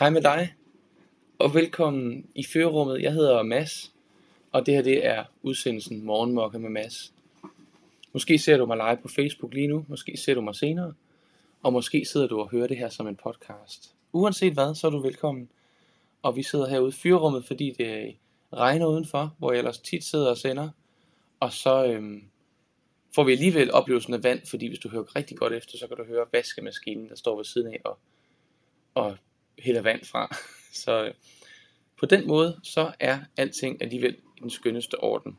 Hej med dig, og velkommen i førerrummet. Jeg hedder Mads, og det her det er udsendelsen Morgenmokka med Mads. Måske ser du mig live på Facebook lige nu, måske ser du mig senere, og måske sidder du og hører det her som en podcast. Uanset hvad, så er du velkommen. Og vi sidder herude i fyrrummet, fordi det regner udenfor, hvor jeg ellers tit sidder og sender. Og så får vi alligevel oplevelsen af vand, fordi hvis du hører rigtig godt efter, så kan du høre vaskemaskinen, der står ved siden af og hælder vand fra. Så på den måde, så er alting alligevel i den skønneste orden.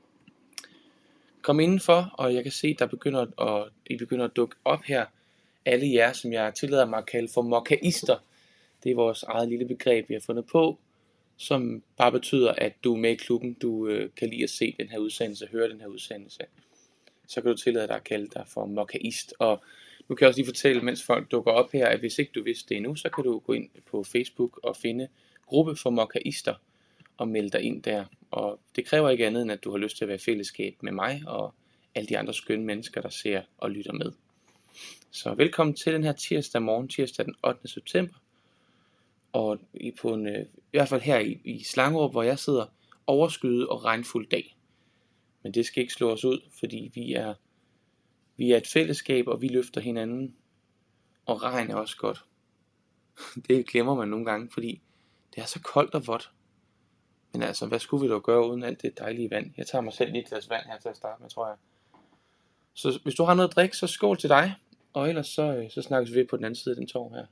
Kom indenfor, og jeg kan se, der begynder at dukke op her. Alle jer, som jeg tillader mig at kalde for mokkaister. Det er vores eget lille begreb, vi har fundet på, som bare betyder, at du er med i klubben. Du kan lide at se den her udsendelse, høre den her udsendelse. Så kan du tillade dig at kalde dig for mokkaist. Og nu kan jeg også lige fortælle, mens folk dukker op her, at hvis ikke du vidste det endnu, så kan du gå ind på Facebook og finde gruppe for mokkaister og melde dig ind der. Og det kræver ikke andet, end at du har lyst til at være i fællesskab med mig og alle de andre skønne mennesker, der ser og lytter med. Så velkommen til den her tirsdag morgen, tirsdag den 8. september. Og i hvert fald her i Slangerup, hvor jeg sidder, overskyet og regnfuld dag. Men det skal ikke slå os ud, fordi vi er et fællesskab, og vi løfter hinanden. Og regn er også godt. Det glemmer man nogle gange, fordi det er så koldt og vådt. Men altså, hvad skulle vi dog gøre uden alt det dejlige vand? Jeg tager mig selv lige et glas vand her til at starte med, tror jeg. Så hvis du har noget at drikke, så skål til dig. Og ellers så snakkes vi på den anden side af den tår her.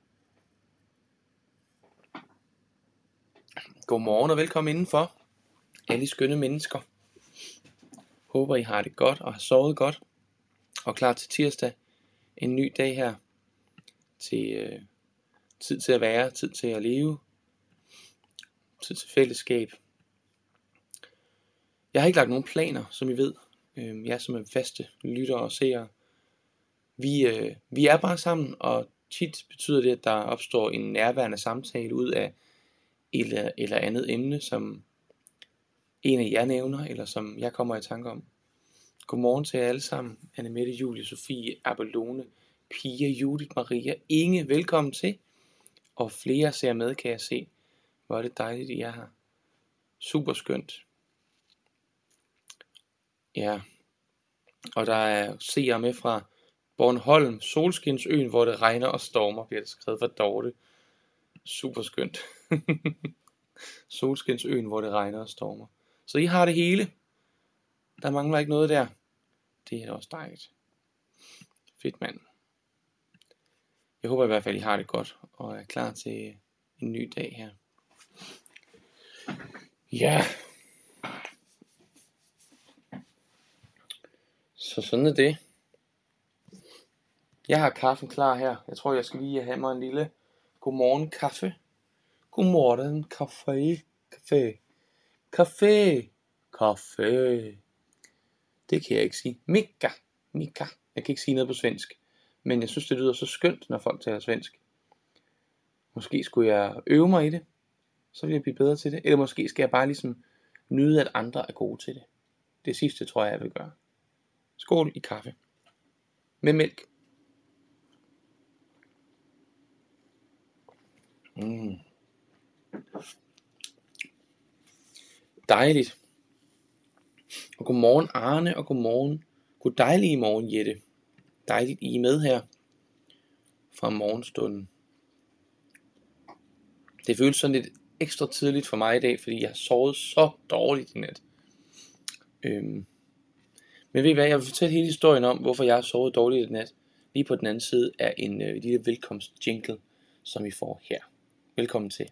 Godmorgen og velkommen indenfor. Alle skønne mennesker. Håber I har det godt og har sovet godt. Og klar til tirsdag. En ny dag her. Tid til at være, tid til at leve. Tid til fællesskab. Jeg har ikke lagt nogen planer, som I ved. Jeg som er faste lyttere og seere. Vi er bare sammen, og tit betyder det, at der opstår en nærværende samtale ud af et eller andet emne, som en af jer nævner, eller som jeg kommer i tanke om. Godmorgen til jer alle sammen. Annemette, Julie, Sofie, Abelone, Pia, Judith, Maria, Inge, velkommen til. Og flere ser med, kan jeg se. Hvor er det dejligt, I er her. Super skønt. Ja, og der er seere med fra Bornholm, Solskinsøen, hvor det regner og stormer, bliver det skrevet for Dorte. Super skønt. Solskinsøen, hvor det regner og stormer. Så I har det hele. Der mangler ikke noget der. Det er også dejligt. Fedt mand. Jeg håber i hvert fald, I har det godt, og er klar til en ny dag her. Ja. Så sådan er det. Jeg har kaffen klar her. Jeg tror, jeg skal lige have mig en lille godmorgen kaffe. Godmorgen kaffe. Det kan jeg ikke sige. Mika. Jeg kan ikke sige noget på svensk. Men jeg synes, det lyder så skønt, når folk taler svensk. Måske skulle jeg øve mig i det. Så vil jeg blive bedre til det. Eller måske skal jeg bare ligesom nyde, at andre er gode til det. Det sidste tror jeg vil gøre. Skål i kaffe. Med mælk. Dejligt. Og godmorgen Arne, og godmorgen. God dejlige morgen Jette. Dejligt I er med her fra morgenstunden. Det føles sådan lidt ekstra tidligt for mig i dag, fordi jeg har sovet så dårligt i nat. Men ved I hvad, jeg vil fortælle hele historien om, hvorfor jeg har sovet dårligt i nat. Lige på den anden side er en lille velkomst jingle, som I får her. Velkommen til.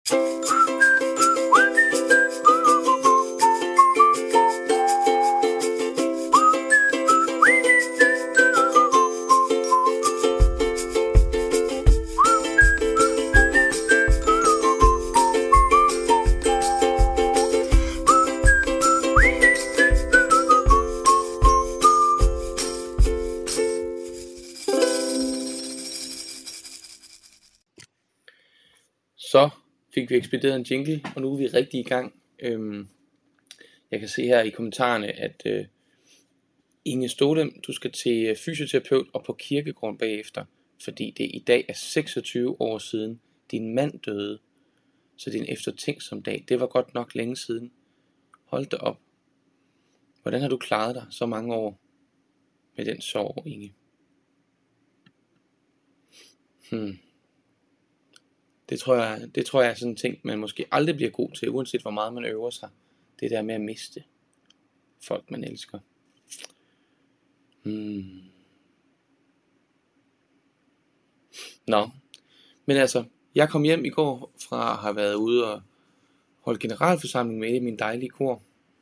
Så fik vi ekspederet en jingle, og nu er vi rigtig i gang. Jeg kan se her i kommentarerne, at Inge Stodem, du skal til fysioterapeut og på kirkegården bagefter, fordi det i dag er 26 år siden Din mand døde, så din eftertænksom dag. Det var godt nok længe siden. Hold da op. Hvordan har du klaret dig så mange år med den sorg, Inge? Det tror jeg er sådan en ting, man måske aldrig bliver god til, uanset hvor meget man øver sig. Det der med at miste folk, man elsker. Nå, men altså, jeg kom hjem i går fra at have været ude og holde generalforsamling med i min dejlige kor.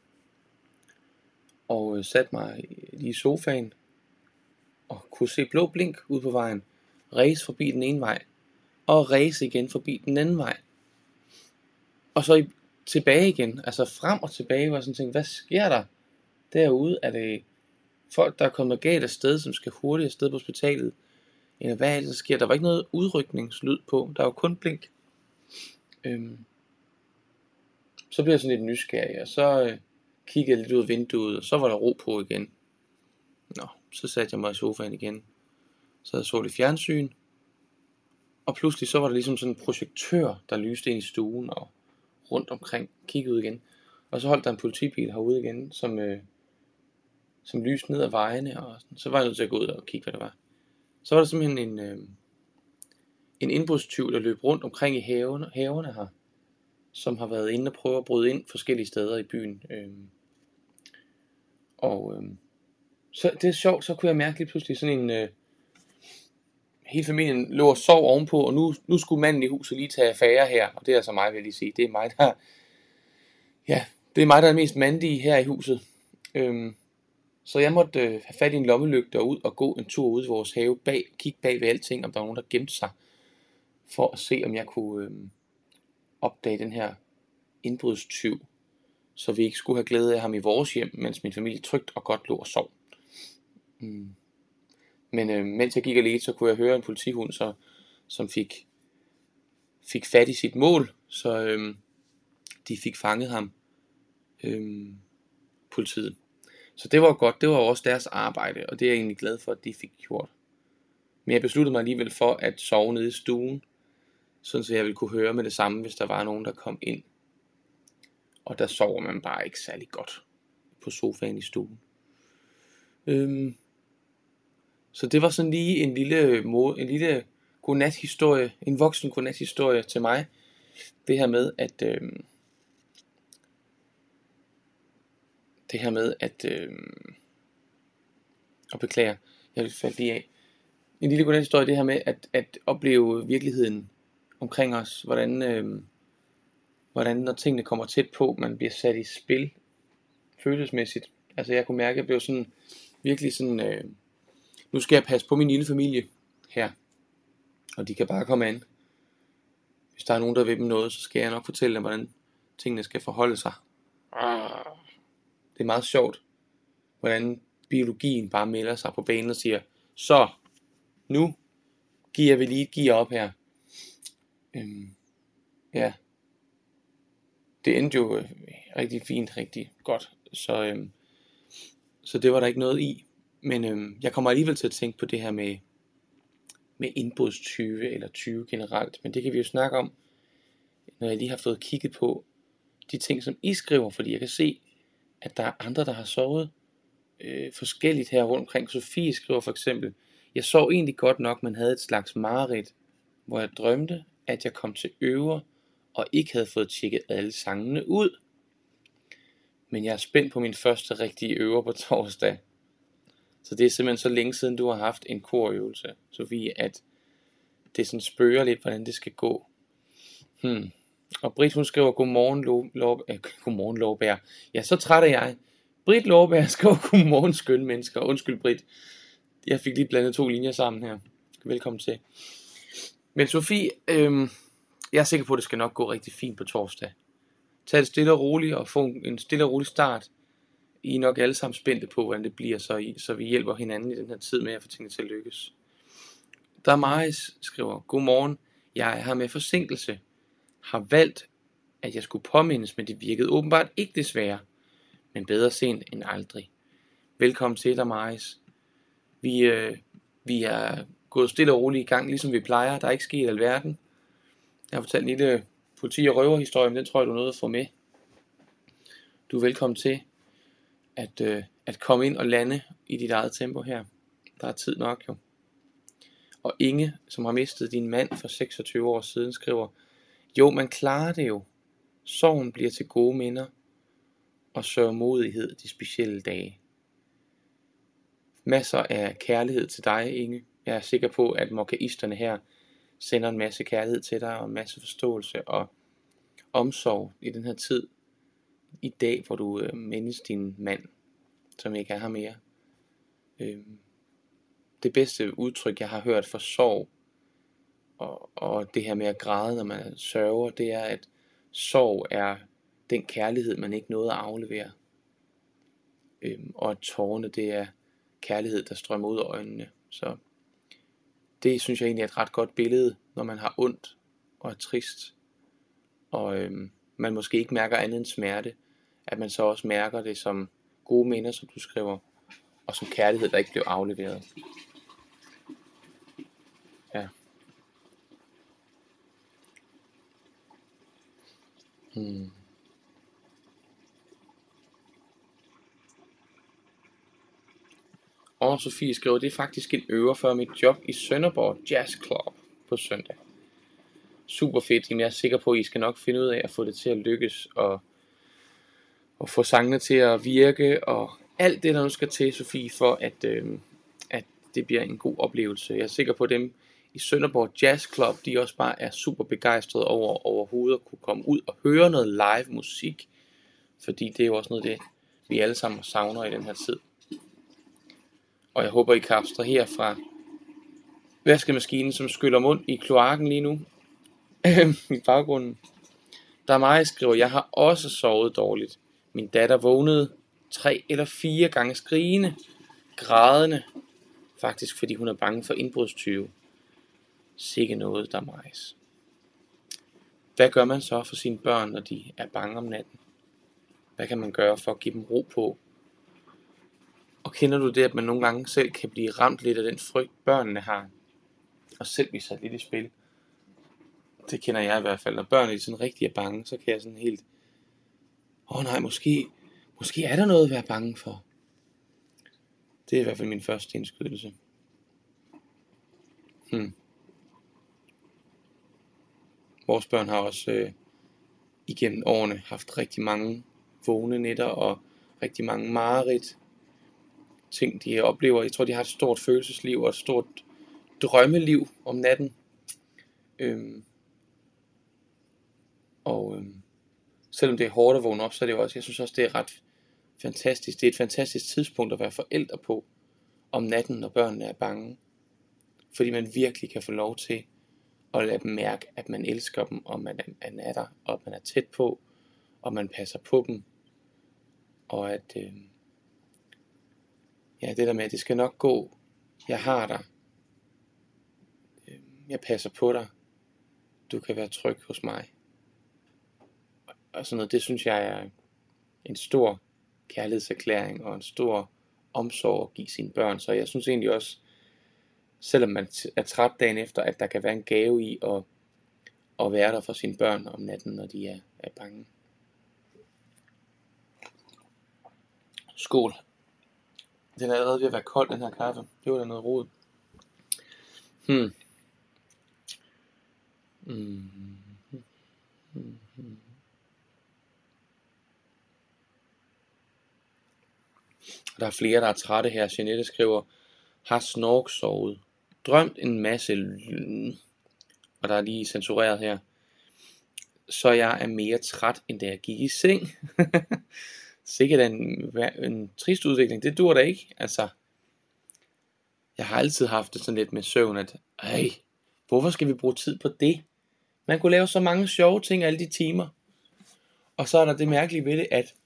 Og satte mig lige i sofaen og kunne se blå blink ud på vejen. Ræse forbi den ene vej og ræse igen forbi den anden vej. Og så tilbage igen, altså frem og tilbage, var sådan tænkt, hvad sker der derude? Er det folk, der er kommet galt afsted, som skal hurtigt afsted på hospitalet? Eller hvad er det, der sker? Der var ikke noget udrykningslyd på, der var kun blink. Så blev jeg sådan lidt nysgerrig, og så kiggede jeg lidt ud af vinduet, og så var der ro på igen. Nå, så satte jeg mig i sofaen igen. Så jeg så lidt fjernsyn, og pludselig så var der ligesom sådan en projektør, der lyste ind i stuen og rundt omkring, kiggede ud igen. Og så holdt der en politibil herude igen, som lyste ned ad vejene, og så var jeg nødt til at gå ud og kigge, hvad der var. Så var der simpelthen en indbrudstyv, der løb rundt omkring i haverne her, som har været inde og prøve at bryde ind forskellige steder i byen. Så det er sjovt, så kunne jeg mærke lige pludselig sådan en... hele familien lå og sov ovenpå, og nu skulle manden i huset lige tage affære her, og det er altså mig, vil jeg lige sige. Det er mig, der er mest mandige her i huset. Så jeg måtte have fat i en lommelygte og ud og gå en tur ud i vores have, kigge bag ved alting, om der var nogen, der gemte sig, for at se, om jeg kunne opdage den her indbrudstyv, så vi ikke skulle have glæde af ham i vores hjem, mens min familie trygt og godt lå og sov. Men mens jeg gik og ledte, så kunne jeg høre en politihund, som fik fat i sit mål, så de fik fanget ham, politiet. Så det var godt, det var også deres arbejde, og det er jeg egentlig glad for, at de fik gjort. Men jeg besluttede mig alligevel for at sove nede i stuen, sådan så jeg ville kunne høre med det samme, hvis der var nogen, der kom ind. Og der sover man bare ikke særlig godt på sofaen i stuen. Så det var sådan lige en lille godnathistorie, en voksen godnathistorie til mig. Det her med at og beklager, jeg faldt lige af. En lille godnathistorie, det her med at opleve virkeligheden omkring os, hvordan når tingene kommer tæt på, man bliver sat i spil følelsesmæssigt. Altså jeg kunne mærke, at jeg blev sådan virkelig sådan, nu skal jeg passe på min lille familie her, og de kan bare komme an. Hvis der er nogen, der vil dem noget, så skal jeg nok fortælle dem, hvordan tingene skal forholde sig. Det er meget sjovt, hvordan biologien bare melder sig på banen og siger, så, nu giver vi lige et gear op her. Ja. Det endte jo rigtig fint, rigtig godt. Så det var der ikke noget i. Men jeg kommer alligevel til at tænke på det her med indbrudstyve eller tyve generelt. Men det kan vi jo snakke om, når jeg lige har fået kigget på de ting, som I skriver. Fordi jeg kan se, at der er andre, der har sovet forskelligt her rundt omkring. Sofie skriver for eksempel, jeg sov egentlig godt nok, men havde et slags mareridt, hvor jeg drømte, at jeg kom til øver, og ikke havde fået tjekket alle sangene ud. Men jeg er spændt på min første rigtige øver på torsdag. Så det er simpelthen så længe siden, du har haft en korøvelse, Sofie, at det sådan spørger lidt, hvordan det skal gå. Og Britt, hun skriver, godmorgen Låbær. Ja, så træt er jeg. Britt Låbær skriver, godmorgen skønne mennesker. Undskyld Britt, jeg fik lige blandet 2 linjer sammen her. Velkommen til. Men Sofie, jeg er sikker på, at det skal nok gå rigtig fint på torsdag. Tag det stille og roligt og få en stille og rolig start. I er nok alle sammen spændte på, hvordan det bliver, så vi hjælper hinanden i den her tid med at få tingene til at lykkes. Damaris skriver, godmorgen, jeg er her med forsinkelse. Har valgt, at jeg skulle påmindes, men det virkede åbenbart ikke desværre. Men bedre sent end aldrig. Velkommen til, Damaris. Vi er gået stille og roligt i gang, ligesom vi plejer. Der er ikke sket alverden. Jeg har fortalt en lille politi- og røverhistorie, men den tror jeg, du er nødt at få med. Du er velkommen til at komme ind og lande i dit eget tempo her. Der er tid nok jo. Og Inge, som har mistet din mand for 26 år siden, skriver: jo, man klarer det jo. Sorgen bliver til gode minder og sørgmodighed de specielle dage. Masser af kærlighed til dig, Inge. Jeg er sikker på, at mokkaisterne her sender en masse kærlighed til dig og en masse forståelse og omsorg i den her tid. I dag, hvor du mindes din mand, som ikke er her mere. Det bedste udtryk, jeg har hørt for sorg og det her med at græde, når man sørger, det er, at sorg er den kærlighed, man ikke nåede at aflevere. Og at tårerne, det er kærlighed, der strømmer ud af øjnene. Så det synes jeg egentlig er et ret godt billede, når man har ondt og er trist. Og man måske ikke mærker andet end smerte, at man så også mærker det som gode minder, som du skriver, og som kærlighed, der ikke blev afleveret. Ja. Og Sofie skriver, det er faktisk en øver for mit job i Sønderborg Jazz Club på søndag. Super fedt, jeg er sikker på, at I skal nok finde ud af at få det til at lykkes, og få sangene til at virke, og alt det, der nu skal til, Sofie, for at det bliver en god oplevelse. Jeg er sikker på, at dem i Sønderborg Jazz Club, de også bare er super begejstrede over overhovedet at kunne komme ud og høre noget live musik, fordi det er jo også noget det, vi alle sammen savner i den her tid. Og jeg håber, I kan abstrahere fra vaskemaskinen, som skyller mund i kloakken lige nu i baggrunden. Der er mig, der skriver, jeg har også sovet dårligt. Min datter vågnede 3 eller 4 gange skrigende, grædende, faktisk fordi hun er bange for indbrudstyve. Sikke noget, der majs. Hvad gør man så for sine børn, når de er bange om natten? Hvad kan man gøre for at give dem ro på? Og kender du det, at man nogle gange selv kan blive ramt lidt af den frygt, børnene har, og selv blive sat lidt i spil? Det kender jeg i hvert fald. Når børnene sådan rigtig er bange, så kan jeg sådan helt, nej, måske er der noget at være bange for. Det er i hvert fald min første indskydelse. Vores børn har også igennem årene haft rigtig mange vågne nætter og rigtig mange mareridt. Ting de oplever. Jeg tror de har et stort følelsesliv og et stort drømmeliv om natten. Selvom det er hårdt at vågne op, så er det jo også, jeg synes også det er ret fantastisk. Det er et fantastisk tidspunkt at være forældre på om natten, når børnene er bange. Fordi man virkelig kan få lov til at lade dem mærke, at man elsker dem, og man er der, og man er tæt på, og man passer på dem. Og at det der med, at det skal nok gå. Jeg har dig. Jeg passer på dig. Du kan være tryg hos mig. Og sådan noget, det synes jeg er en stor kærlighedserklæring og en stor omsorg at give sine børn. Så jeg synes egentlig også, selvom man er træt dagen efter, at der kan være en gave i at være der for sine børn om natten, når de er bange. Skål. Den er allerede ved at være kold, den her kaffe. Det var da noget rod. Der er flere, der er trætte her. Jeanette skriver, har snorksovet. Drømt en masse. Og der er lige censureret her. Så jeg er mere træt, end da jeg gik i seng. Sikkert en trist udvikling. Det dur da ikke. Altså, jeg har altid haft det sådan lidt med søvn, at hvorfor skal vi bruge tid på det? Man kunne lave så mange sjove ting alle de timer. Og så er der det mærkelige ved det, at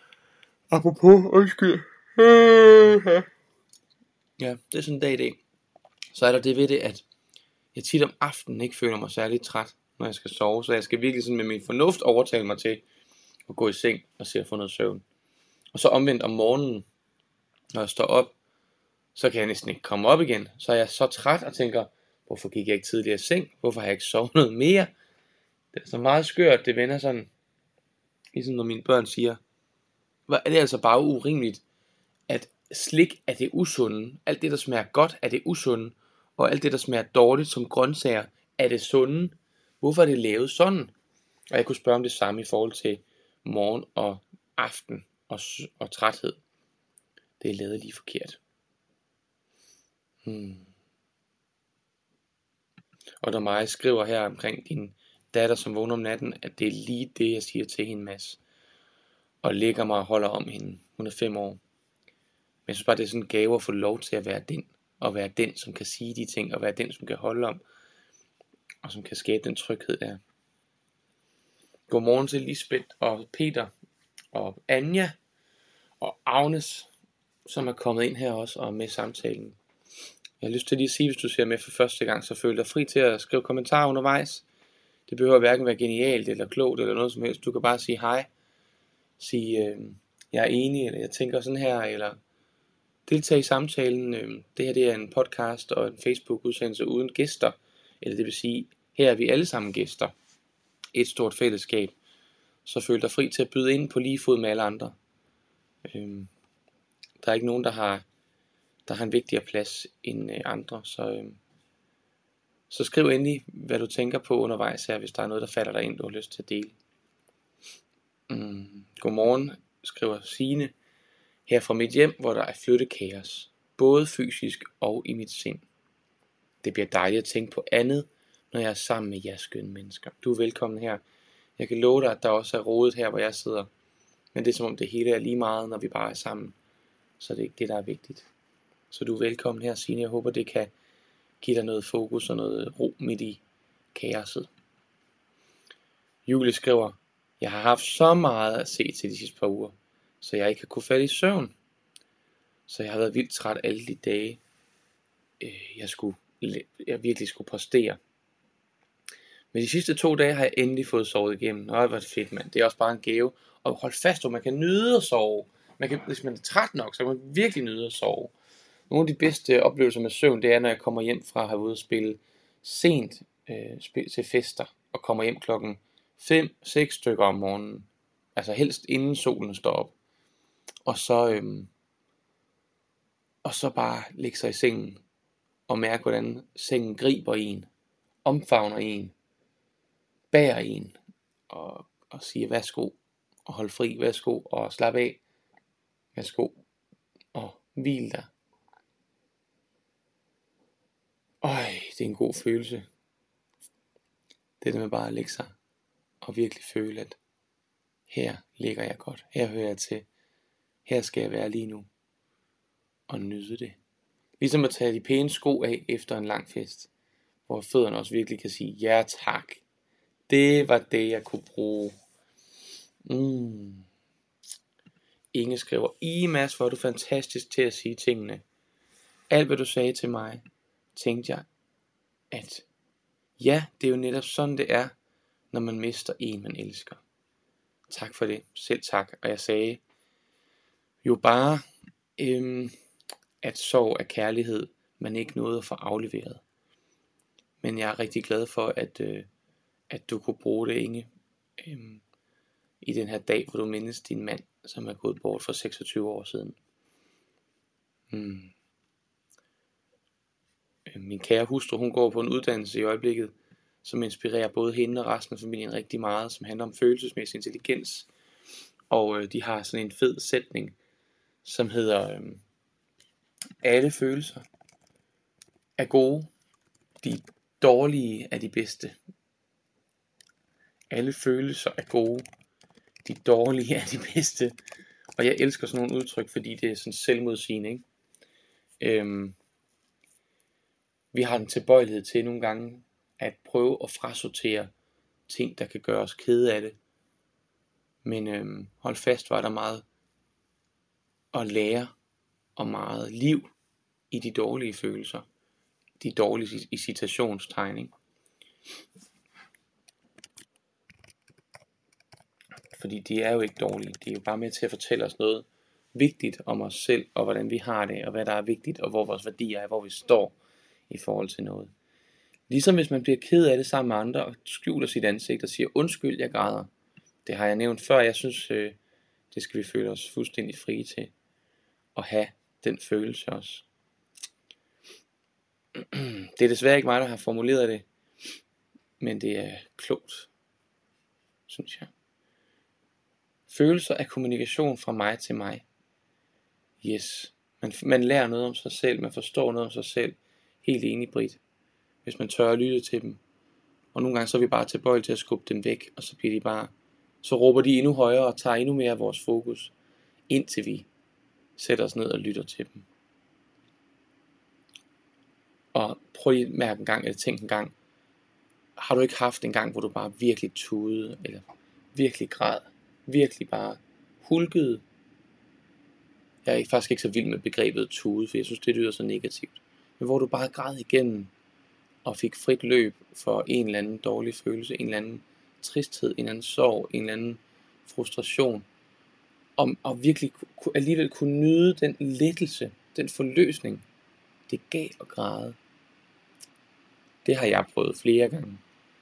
ja, det er sådan en dag i dag. Så er der det ved det, at jeg tit om aftenen ikke føler mig særlig træt, når jeg skal sove. Så jeg skal virkelig sådan med min fornuft overtale mig til at gå i seng og se at få noget søvn. Og så omvendt om morgenen, når jeg står op, så kan jeg næsten ikke komme op igen. Så er jeg så træt og tænker, hvorfor gik jeg ikke tidligere i seng? Hvorfor har jeg ikke sovet noget mere? Det er så meget skørt, det vender sådan, ligesom når mine børn siger, hvor er det altså bare urimeligt, at slik er det usunde, alt det der smager godt er det usunde, og alt det der smager dårligt som grøntsager er det sunde. Hvorfor er det lavet sådan? Og jeg kunne spørge om det samme i forhold til morgen og aften og træthed. Det er lavet lige forkert. Og der mig skriver her omkring din datter, som vågner om natten, at det er lige det, jeg siger til hende, Mads. Og lægger mig og holder om hende. Hun er 5 år. Men jeg synes bare, det er sådan en gave at få lov til at være den. Og være den, som kan sige de ting. Og være den, som kan holde om. Og som kan skabe den tryghed der. Godmorgen til Lisbeth og Peter. Og Anja. Og Agnes, som er kommet ind her også og med samtalen. Jeg har lyst til lige at sige, hvis du ser med for første gang, så føl dig fri til at skrive kommentarer undervejs. Det behøver hverken være genialt eller klogt eller noget som helst. Du kan bare sige hej. Sige, jeg er enig, eller jeg tænker sådan her, eller deltage i samtalen. Det her det er en podcast og en Facebook-udsendelse uden gæster. Eller det vil sige, her er vi alle sammen gæster. Et stort fællesskab. Så føl dig fri til at byde ind på lige fod med alle andre. Der er ikke nogen, der har en vigtigere plads end andre. Så skriv endelig, hvad du tænker på undervejs her, hvis der er noget, der falder dig ind, du har lyst til at dele. Godmorgen, skriver Signe, her fra mit hjem, hvor der er flyttekaos, både fysisk og i mit sind. Det bliver dejligt at tænke på andet, når jeg er sammen med jeres skønne mennesker. Du er velkommen her. Jeg kan love dig, at der også er rodet her, hvor jeg sidder. Men det er som om det hele er lige meget, når vi bare er sammen. Så det er ikke det, der er vigtigt. Så du er velkommen her, Signe. Jeg håber, det kan give dig noget fokus og noget ro midt i kaoset. Julie skriver, jeg har haft så meget at se til de sidste par uger, så jeg ikke har kunne falde i søvn. Så jeg har været vildt træt alle de dage, jeg virkelig skulle præstere. Men de sidste 2 dage har jeg endelig fået sovet igennem. Hvor er det fedt, mand. Det er også bare en gave. Og hold fast, hvor man kan nyde at sove. Hvis man er træt nok, så kan man virkelig nyde at sove. Nogle af de bedste oplevelser med søvn, det er, når jeg kommer hjem fra at have været ude at spille sent til fester, og kommer hjem klokken 5-6 stykker om morgenen. Altså helst inden solen står op. Og så bare ligge sig i sengen, og mærke, hvordan sengen griber en, omfavner en, bærer en, og siger værsgo, og hold fri, værsgo, og slap af, værsgo, og hvil dig. Det er en god følelse. Det der med bare at lægge sig og virkelig føle, at her ligger jeg godt, her hører jeg til, her skal jeg være lige nu, og nyde det. Ligesom at tage de pæne sko af efter en lang fest, hvor fødderne også virkelig kan sige, ja tak, det var det jeg kunne bruge. Inge skriver, Mads, hvor er du fantastisk til at sige tingene. Alt hvad du sagde til mig, tænkte jeg, at ja, det er jo netop sådan det er, når man mister en man elsker. Tak for det, selv tak. Og jeg sagde jo bare, at sorg er kærlighed, man ikke nåede at få afleveret. Men jeg er rigtig glad for, at du kunne bruge det, Inge, i den her dag, hvor du mindes din mand, som er gået bort for 26 år siden. Min kære hustru, hun går på en uddannelse i øjeblikket, som inspirerer både hende og resten af familien rigtig meget, som handler om følelsesmæssig intelligens. Og de har sådan en fed sætning, som hedder, alle følelser er gode, de dårlige er de bedste. Alle følelser er gode, de dårlige er de bedste. Og jeg elsker sådan nogle udtryk, fordi det er sådan selvmodsigende, ikke? Vi har en tilbøjelighed til nogle gange at prøve at frasortere ting, der kan gøre os kede af det. Men hold fast, var der meget at lære og meget liv i de dårlige følelser. De dårlige i citationstegn, ikke? Fordi de er jo ikke dårlige. De er jo bare med til at fortælle os noget vigtigt om os selv, og hvordan vi har det, og hvad der er vigtigt, og hvor vores værdier er, hvor vi står i forhold til noget. Ligesom hvis man bliver ked af det sammen med andre og skjuler sit ansigt og siger, undskyld, jeg græder. Det har jeg nævnt før. Jeg synes, det skal vi føle os fuldstændig frie til. At have den følelse også. Det er desværre ikke mig, der har formuleret det. Men det er klogt, synes jeg. Følelser er kommunikation fra mig til mig. Yes. Man lærer noget om sig selv. Man forstår noget om sig selv. Helt enig, Britt. Hvis man tør at lytte til dem. Og nogle gange så er vi bare tilbøjelige til at skubbe dem væk. Og så bliver de bare, så råber de endnu højere og tager endnu mere af vores fokus. Indtil vi sætter os ned og lytter til dem. Og prøv lige at mærke en gang, eller tænk en gang. Har du ikke haft en gang, hvor du bare virkelig tudede, eller virkelig græd, virkelig bare hulkede? Jeg er faktisk ikke så vild med begrebet tude, for jeg synes, det lyder så negativt. Men hvor du bare græd igennem, og fik frit løb for en eller anden dårlig følelse, en eller anden tristhed, en eller anden sorg, en eller anden frustration. Og virkelig alligevel kunne nyde den lettelse, den forløsning, det gav at græde. Det har jeg prøvet flere gange.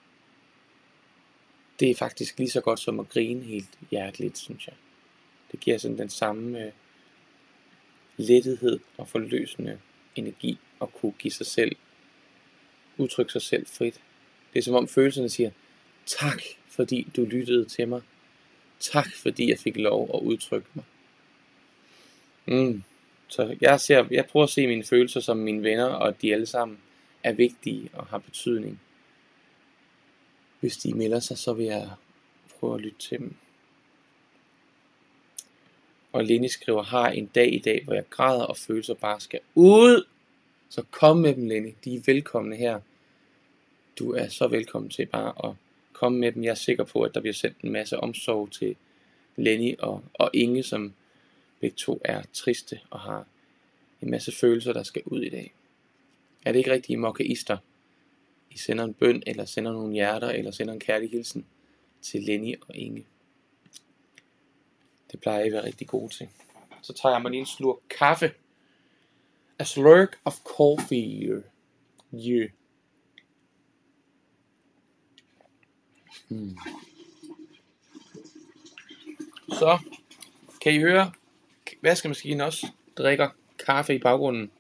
Det er faktisk lige så godt som at grine helt hjerteligt, synes jeg. Det giver sådan den samme lettighed og forløsende energi at kunne give sig selv, udtrykke sig selv frit. Det er som om følelserne siger, tak fordi du lyttede til mig. Tak fordi jeg fik lov at udtrykke mig. Så jeg prøver at se mine følelser som mine venner, og de alle sammen er vigtige og har betydning. Hvis de melder sig, så vil jeg prøve at lytte til dem. Og Lenny skriver, har en dag i dag, hvor jeg græder, og følelser bare skal ud. Så kom med dem, Lenny. De er velkomne her. Du er så velkommen til bare at komme med dem. Jeg er sikker på, at der bliver sendt en masse omsorg til Lenny og Inge, som begge to er triste og har en masse følelser, der skal ud i dag. Er det ikke rigtigt, mokkaister? I sender en bøn, eller sender nogle hjerter, eller sender en kærlig hilsen til Lenny og Inge. Det plejer jeg at være rigtig god til. Så tager jeg mig lige en slurk kaffe. A slurk of coffee. Yeah. Så kan I høre, vaskemaskinen også drikker kaffe i baggrunden.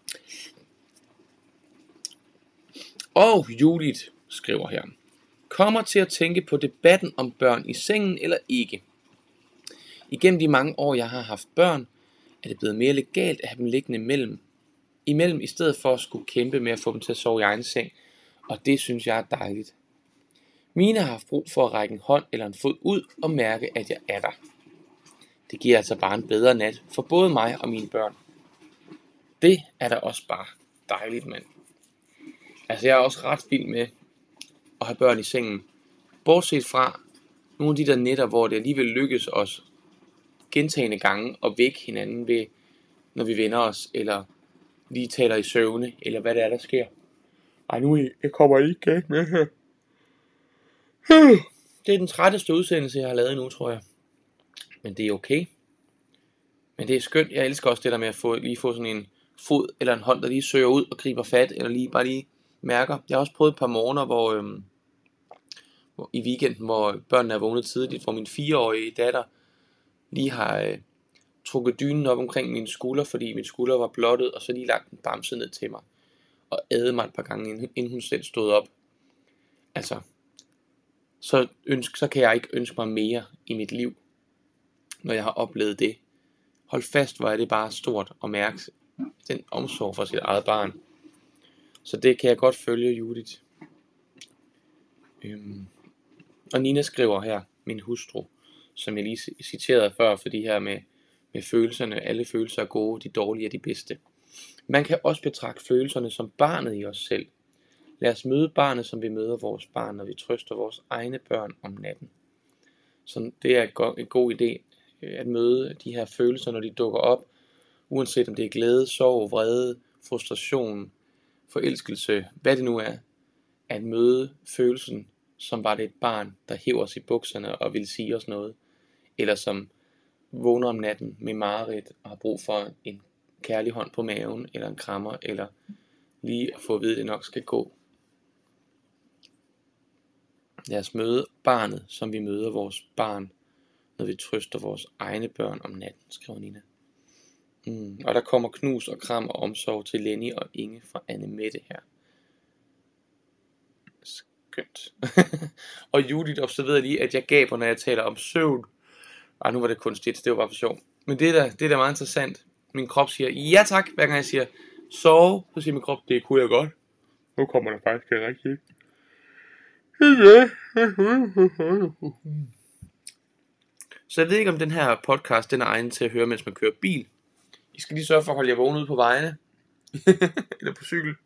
Og Judith skriver her. Kommer til at tænke på debatten om børn i sengen eller ikke. Igennem de mange år, jeg har haft børn, er det blevet mere legalt at have dem liggende imellem i stedet for at skulle kæmpe med at få dem til at sove i egen seng. Og det synes jeg er dejligt. Mine har haft brug for at række en hånd eller en fod ud og mærke, at jeg er der. Det giver altså bare en bedre nat for både mig og mine børn. Det er da også bare dejligt, mand. Altså jeg er også ret vild med at have børn i sengen. Bortset fra nogle af de der nætter, hvor det alligevel lykkes os gentagne gange at vække hinanden ved, når vi vender os, eller lige taler i søvne, eller hvad det er, der sker. Ej, jeg kommer ikke galt med her. Det er den trætteste udsendelse, jeg har lavet nu, tror jeg. Men det er okay. Men det er skønt. Jeg elsker også det der med at få sådan en fod eller en hånd, der lige søger ud og griber fat, eller bare lige mærker. Jeg har også prøvet et par morgener, hvor i weekenden, hvor børnene er vågnet tidligt, hvor min 4-årige datter lige har trukket dynen op omkring mine skuldre, fordi min skulder var blottet, og så lige lagt en bamse ned til mig, og æde mig et par gange, inden hun selv stod op. Altså, så kan jeg ikke ønske mig mere i mit liv, når jeg har oplevet det. Hold fast, hvor er det bare stort at mærke den omsorg for sit eget barn. Så det kan jeg godt følge, Judith. Og Nina skriver her, min hustru, som jeg lige citerede før, for de her med følelserne. Alle følelser er gode, de dårlige er de bedste. Man kan også betragte følelserne som barnet i os selv. Lad os møde barnet, som vi møder vores barn, når vi trøster vores egne børn om natten. Så det er en god idé at møde de her følelser, når de dukker op, uanset om det er glæde, sorg, vrede, frustration, forelskelse, hvad det nu er, at møde følelsen, som var det et barn, der hæver os i bukserne og vil sige os noget, eller som vågner om natten med mareridt og har brug for en kærlig hånd på maven, eller en krammer, eller lige at få at vide, at det nok skal gå. Lad os møde barnet, som vi møder vores barn, når vi trøster vores egne børn om natten, skriver Nina. Og der kommer knus og kram og omsorg til Lenny og Inge fra Anne Mette her. Skønt. Og Judith observerede lige, at jeg gaber, når jeg taler om søvn. Nu var det kunstigt, det var bare for sjov. Men det er da meget interessant. Min krop siger, ja tak, hver gang jeg siger, sove, så siger min krop, det kunne jeg godt. Nu kommer der faktisk rigtigt. Så jeg ved ikke, om den her podcast, den er egnet til at høre, mens man kører bil. I skal lige sørge for at holde jer vågen ude på vejene. Eller på cykel.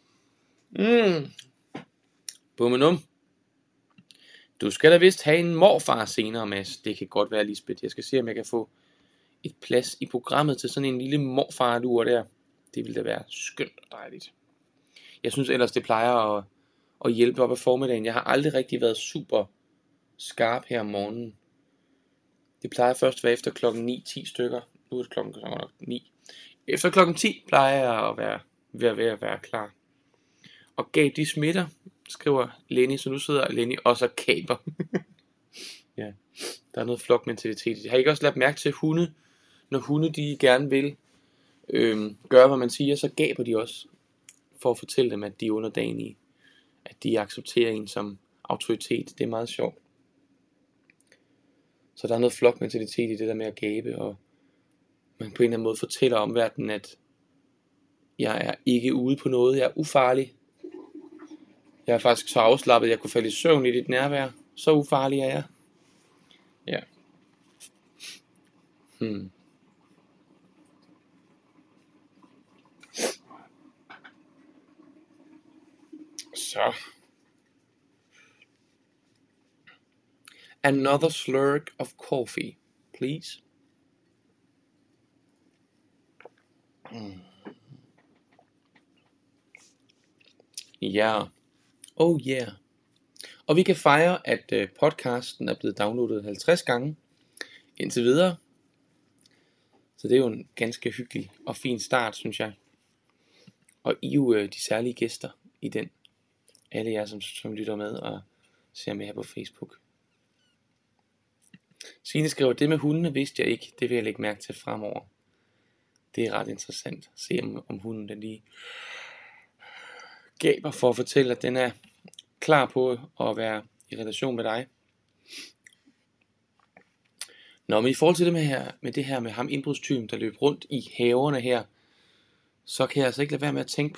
Bummenum. Du skal da vist have en morfar senere, Mads. Det kan godt være, Lisbeth. Jeg skal se, om jeg kan få et plads i programmet til sådan en lille morfar-lur der. Det ville da være skønt og dejligt. Jeg synes ellers, det plejer at hjælpe op ad formiddagen. Jeg har aldrig rigtig været super skarp her om morgenen. Det plejer først at være efter klokken 9-10 stykker. Nu er det klokken 9. Efter klokken 10 plejer jeg at være ved at være klar. Og gab de smitter, skriver Lenny, så nu sidder Lenny også og kaber. Ja, der er noget flokmentalitet. Har I ikke også lagt mærke til hunde? Når hunde de gerne vil gøre, hvad man siger, så gaber de også. For at fortælle dem, at de er underdanige. At de accepterer en som autoritet. Det er meget sjovt. Så der er noget flokmentalitet i det der med at gabe. Og man på en eller anden måde fortæller omverdenen, at jeg er ikke ude på noget. Jeg er ufarlig. Jeg er faktisk så afslappet, at jeg kunne falde i søvn i dit nærvær. Så ufarlig er jeg. Ja. Så. Another slurk of coffee, please. Ja. Oh yeah. Og vi kan fejre, at podcasten er blevet downloadet 50 gange indtil videre. Så det er jo en ganske hyggelig og fin start, synes jeg. Og I er jo de særlige gæster i den. Alle jer, som lytter med og ser med her på Facebook. Signe skriver, det med hundene vidste jeg ikke. Det vil jeg lægge mærke til fremover. Det er ret interessant at se, om hunden den lige gaber for at fortælle, at den er klar på at være i relation med dig. Nå, men i forhold til det her med ham indbrudstyven, der løb rundt i haverne her, så kan jeg altså ikke lade være med at tænke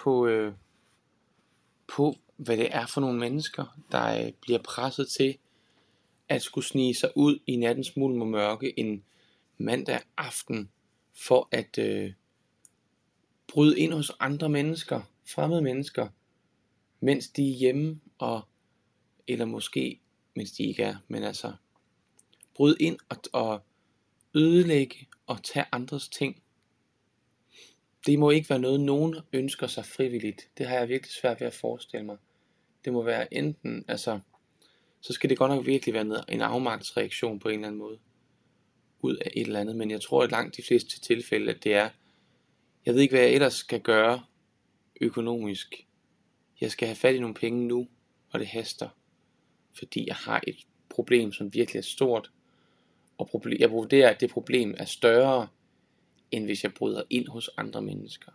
på hvad det er for nogle mennesker, der bliver presset til at skulle snige sig ud i nattens mulm og mørke en mandag aften for at bryde ind hos andre mennesker, fremmede mennesker, mens de er hjemme, eller måske mens de ikke er, men altså bryde ind og ødelægge og tage andres ting. Det må ikke være noget, nogen ønsker sig frivilligt. Det har jeg virkelig svært ved at forestille mig. Det må være enten, så skal det godt nok virkelig være en afmagtsreaktion på en eller anden måde, ud af et eller andet, men jeg tror, at langt de fleste tilfælde, at det er, jeg ved ikke, hvad jeg ellers skal gøre økonomisk. Jeg skal have fat i nogle penge nu, og det haster, fordi jeg har et problem, som virkelig er stort, og jeg vurderer, at det problem er større, end hvis jeg bryder ind hos andre mennesker.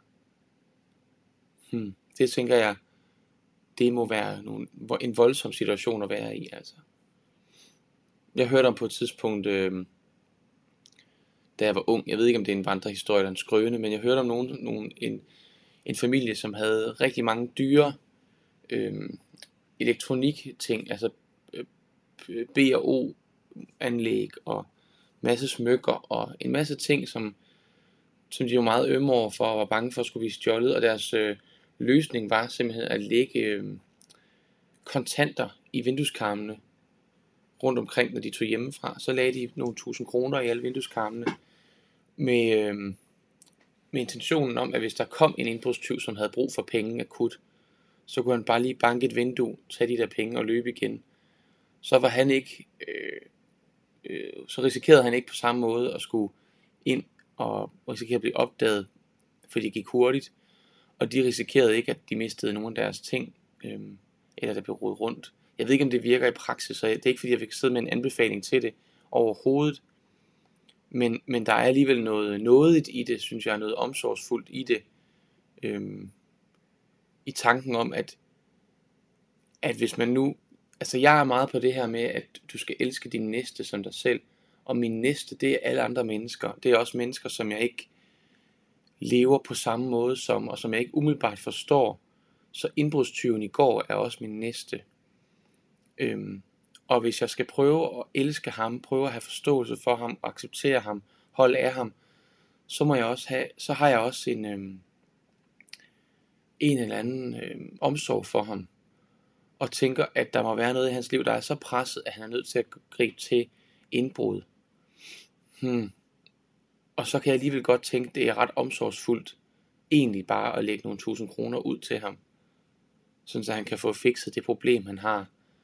Det tænker jeg, det må være en voldsom situation at være i, altså. Jeg hørte om på et tidspunkt, da jeg var ung, jeg ved ikke om det er en vandrehistorie eller en skrøne, men jeg hørte om en familie, som havde rigtig mange dyre elektronikting, altså B&O anlæg og masse smykker og en masse ting, som de var meget ømme over for og var bange for at skulle blive stjålet, og deres løsning var simpelthen at lægge kontanter i vindueskarmene rundt omkring, når de tog hjemmefra. Så lagde de nogle 1000 kroner i alle vindueskarmene med intentionen om, at hvis der kom en indbrudstyv, som havde brug for penge akut, så kunne han bare lige banke et vindue, tage de der penge og løbe igen. Så var han ikke, så risikerede han ikke på samme måde at skulle ind og risikere at blive opdaget, fordi det gik hurtigt, og de risikerede ikke, at de mistede nogle af deres ting, eller der blev rodet rundt. Jeg ved ikke, om det virker i praksis, så det er ikke fordi, jeg vil sidde med en anbefaling til det overhovedet. Men der er alligevel noget nådigt i det, synes jeg, noget omsorgsfuldt i det. I tanken om, at hvis man nu, altså jeg er meget på det her med, at du skal elske din næste som dig selv, og min næste, det er alle andre mennesker. Det er også mennesker, som jeg ikke lever på samme måde som, og som jeg ikke umiddelbart forstår. Så indbrudstyven i går er også min næste. Og hvis jeg skal prøve at elske ham, prøve at have forståelse for ham, acceptere ham, holde af ham, så har jeg også en eller anden omsorg for ham, og tænker, at der må være noget i hans liv, der er så presset, at han er nødt til at gribe til indbrud. Og så kan jeg alligevel godt tænke, det er ret omsorgsfuldt, egentlig bare at lægge nogle 1000 kroner ud til ham, sådan så han kan få fikset det problem, han har.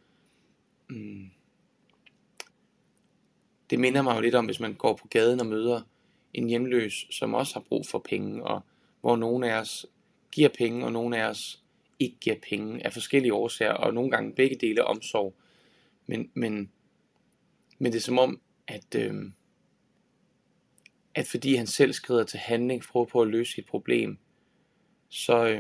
Det minder mig jo lidt om, hvis man går på gaden og møder en hjemløs, som også har brug for penge, og hvor nogle af os giver penge, og nogle af os ikke giver penge af forskellige årsager, og nogle gange begge dele omsorg. Men det er som om, at fordi han selv skrider til handling, prøver på at løse sit problem, så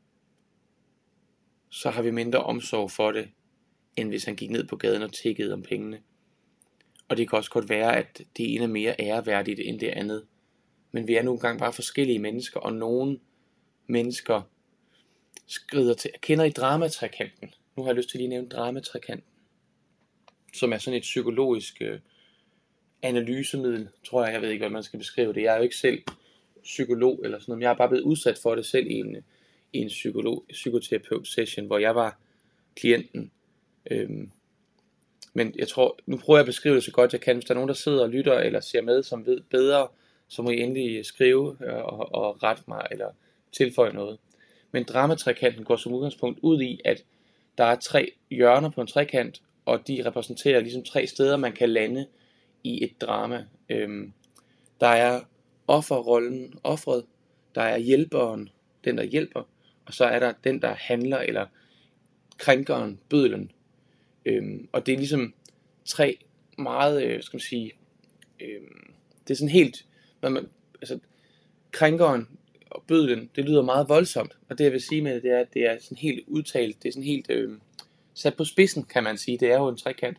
har vi mindre omsorg for det, end hvis han gik ned på gaden og tiggede om pengene. Og det kan også godt være, at det ene er mere æreværdigt end det andet. Men vi er nogle gange bare forskellige mennesker, og nogle mennesker skrider til. Kender I dramatrekanten? Nu har jeg lyst til lige at nævne dramatrekanten, som er sådan et psykologisk analysemiddel, tror jeg. Jeg ved ikke, hvad man skal beskrive det. Jeg er jo ikke selv psykolog eller sådan noget, men jeg er bare blevet udsat for det selv i en psykoterapeut session, hvor jeg var klienten. Men jeg tror, nu prøver jeg at beskrive det så godt jeg kan. Hvis der er nogen, der sidder og lytter eller ser med, som ved bedre, så må I endelig skrive og rette mig eller tilføje noget. Men dramatrekanten går som udgangspunkt ud i, at der er 3 hjørner på en trekant, og de repræsenterer ligesom 3 steder, man kan lande i et drama. Der er offerrollen, offeret, der er hjælperen, den der hjælper, og så er der den, der handler, eller krænkeren, bødlen. Og det er ligesom 3 meget, skal man sige, det er sådan helt, krænkeren og bødlen, det lyder meget voldsomt, og det jeg vil sige med det er, at det er sådan helt udtalt, det er sådan helt sat på spidsen, kan man sige, det er jo en trekant.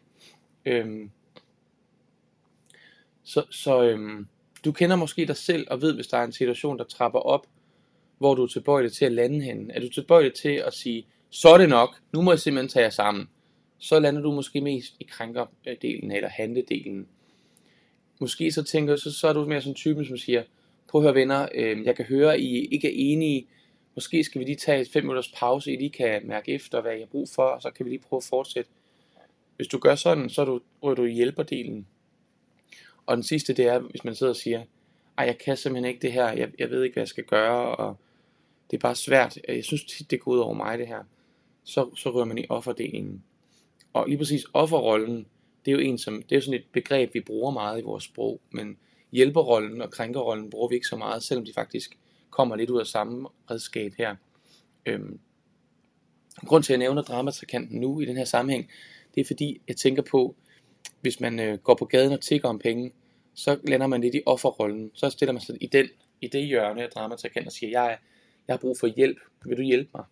Så du kender måske dig selv, og ved, hvis der er en situation, der trapper op, hvor du er tilbøjelig til at lande henne. Er du tilbøjelig til at sige, så er det nok, nu må jeg simpelthen tage jer sammen. Så lander du måske mest i krænkerdelen eller handledelen. Måske så tænker så er du mere sådan typen, som siger, prøv at høre venner, jeg kan høre, I ikke er enige. Måske skal vi lige tage 5 minutters pause, I lige kan mærke efter, hvad I har brug for, og så kan vi lige prøve at fortsætte. Hvis du gør sådan, så ryger du i hjælperdelen. Og den sidste, det er, hvis man sidder og siger, ej, jeg kan simpelthen ikke det her, jeg ved ikke, hvad jeg skal gøre, og det er bare svært, jeg synes tit, det går ud over mig det her. Så rører man i offerdelen. Og lige præcis offerrollen, det er jo det er jo sådan et begreb, vi bruger meget i vores sprog, men hjælperrollen og krænkerrollen bruger vi ikke så meget, selvom de faktisk kommer lidt ud af samme redskab her. Grund til, at jeg nævner dramatrakanten nu i den her sammenhæng, det er fordi, jeg tænker på, hvis man går på gaden og tigger om penge, så lander man lidt i offerrollen. Så stiller man sig i det hjørne af dramatrakanten og siger, jeg har brug for hjælp, vil du hjælpe mig?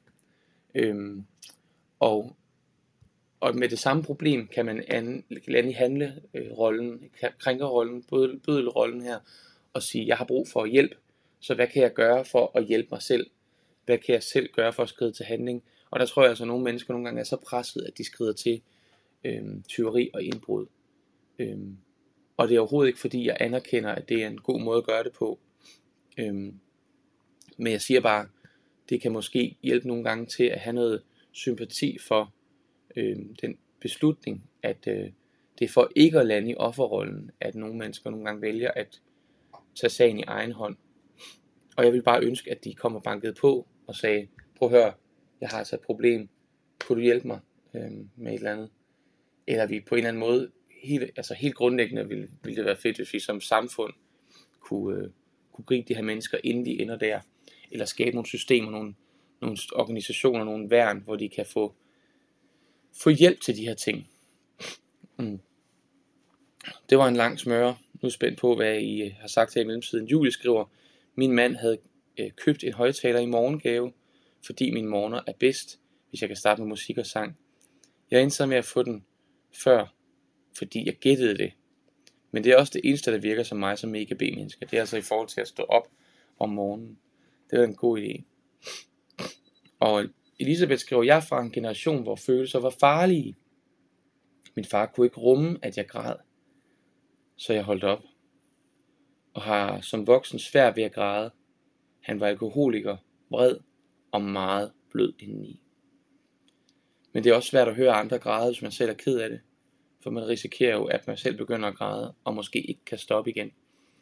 Og med det samme problem kan man lande i handlerollen, krænkerrollen, bødelrollen her, og sige, jeg har brug for hjælp, så hvad kan jeg gøre for at hjælpe mig selv? Hvad kan jeg selv gøre for at skride til handling? Og der tror jeg altså, at nogle mennesker nogle gange er så presset, at de skrider til tyveri og indbrud. Og det er overhovedet ikke fordi, jeg anerkender, at det er en god måde at gøre det på. Men jeg siger bare, det kan måske hjælpe nogle gange til at have noget sympati for den beslutning, at det er for ikke at lande i offerrollen, at nogle mennesker nogle gange vælger at tage sagen i egen hånd. Og jeg vil bare ønske, at de kommer banket på og sagde, prøv at høre, jeg har altså et problem, kunne du hjælpe mig med et eller andet? Eller vi på en eller anden måde, helt grundlæggende ville det være fedt, hvis vi som samfund kunne gribe de her mennesker, inden de ender der, eller skabe nogle systemer, nogle organisationer, nogle værn, hvor de kan få få hjælp til de her ting. Det var en lang smøre. Nu er spændt på, hvad I har sagt her i mellemtiden. Julie skriver, min mand havde købt en højttaler i morgengave, fordi mine morgener er bedst, hvis jeg kan starte med musik og sang. Jeg endte så med at få den før, fordi jeg gættede det. Men det er også det eneste, der virker som mig som mega B-menneske. Det er altså i forhold til at stå op om morgenen. Det er en god idé. Og Elisabeth skriver, jeg er fra en generation, hvor følelser var farlige. Min far kunne ikke rumme, at jeg græd. Så jeg holdt op. Og har som voksen svært ved at græde. Han var alkoholiker, vred og meget blød indeni. Men det er også svært at høre andre græde, hvis man selv er ked af det. For man risikerer jo, at man selv begynder at græde, og måske ikke kan stoppe igen.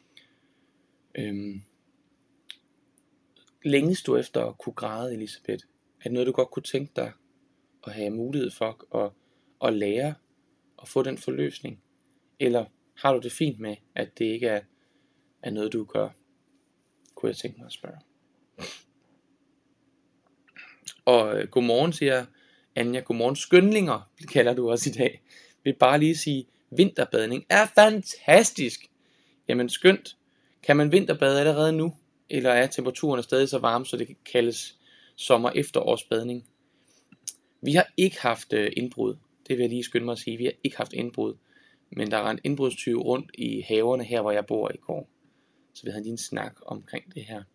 Længes du efter at kunne græde, Elisabeth? Er det noget, du godt kunne tænke dig at have mulighed for at lære og få den forløsning? Eller har du det fint med, at det ikke er noget, du gør? Kunne jeg tænke mig at spørge. Og godmorgen, siger Anja. Godmorgen, skønlinger, kalder du også i dag. Jeg vil bare lige sige, vinterbadning er fantastisk. Jamen skønt. Kan man vinterbade allerede nu? Eller er temperaturen stadig så varme, så det kan kaldes sommer-efterårsbadning? Vi har ikke haft indbrud. Det vil jeg lige skynde mig at sige. Vi har ikke haft indbrud. Men der er en indbrudstyv rundt i haverne her, hvor jeg bor i går. Så vi havde lige en snak omkring det her.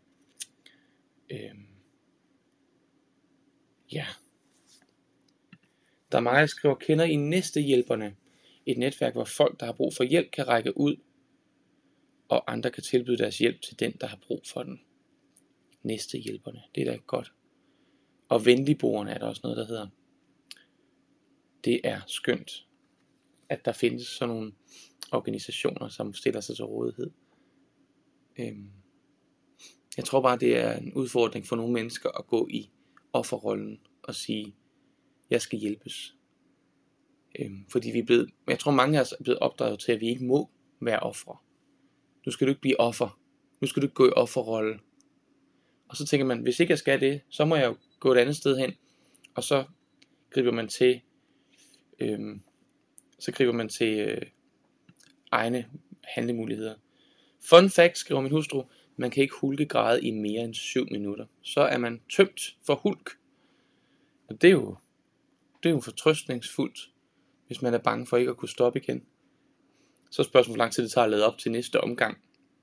Ja. Der er meget, der skriver, kender I næstehjælperne? Et netværk, hvor folk, der har brug for hjælp, kan række ud, og andre kan tilbyde deres hjælp til den, der har brug for den. Næstehjælperne, det er da godt. Og venligboerne er der også noget, der hedder. Det er skønt, at der findes sådan nogle organisationer, som stiller sig til rådighed. Jeg tror bare, det er en udfordring for nogle mennesker at gå i offerrollen og sige, jeg skal hjælpes. Fordi jeg tror mange af os er blevet opdraget til, at vi ikke må være ofre. Nu skal du ikke blive offer. Nu skal du ikke gå i offerrolle. Og så tænker man, hvis ikke jeg skal det, så må jeg jo gå et andet sted hen. Og så griber man til egne handlemuligheder. Fun fact, skriver min hustru, man kan ikke hulkegræde i mere end 7 minutter. Så er man tømt for hulk. Og det er jo fortrøstningsfuldt, hvis man er bange for ikke at kunne stoppe igen. Så er spørgsmålet, hvor lang tid det tager at lade op til næste omgang.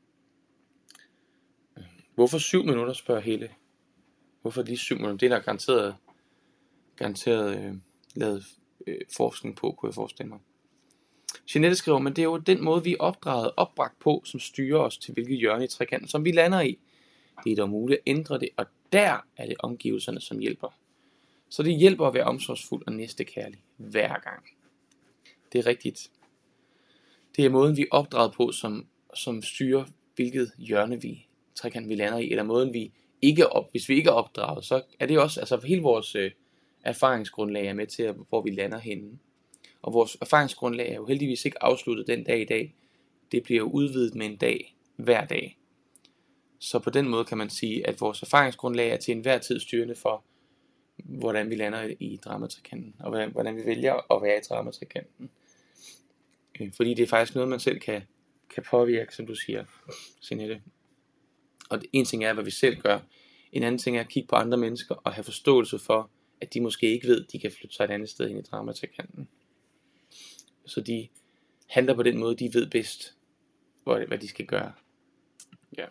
Hvorfor 7 minutter, spørger Helle. Hvorfor lige 7 minutter? Det er der garanteret lavet forskning på, kunne jeg forestille mig. Jeanette skriver, men det er jo den måde, vi er opbragt på, som styrer os til hvilket hjørne i trekanten, som vi lander i. Det er dog muligt at ændre det, og der er det omgivelserne, som hjælper. Så det hjælper at være omsorgsfuld og næstekærlig hver gang. Det er rigtigt. Det er måden, vi er opdraget på, som styrer, hvilket hjørne trekanten vi lander i, eller måden, hvis vi ikke er opdraget, så er det også, altså hele vores erfaringsgrundlag er med til, hvor vi lander henne. Og vores erfaringsgrundlag er jo heldigvis ikke afsluttet den dag i dag. Det bliver jo udvidet med en dag hver dag. Så på den måde kan man sige, at vores erfaringsgrundlag er til enhver tid styrende for, hvordan vi lander i dramatrikanten, og hvordan vi vælger at være i dramatrikanten. Fordi det er faktisk noget, man selv kan påvirke, som du siger, Jeanette. Og en ting er, hvad vi selv gør. En anden ting er at kigge på andre mennesker og have forståelse for, at de måske ikke ved, at de kan flytte sig et andet sted ind i dramatrikanten. Så de handler på den måde, de ved bedst, hvad de skal gøre. Ja.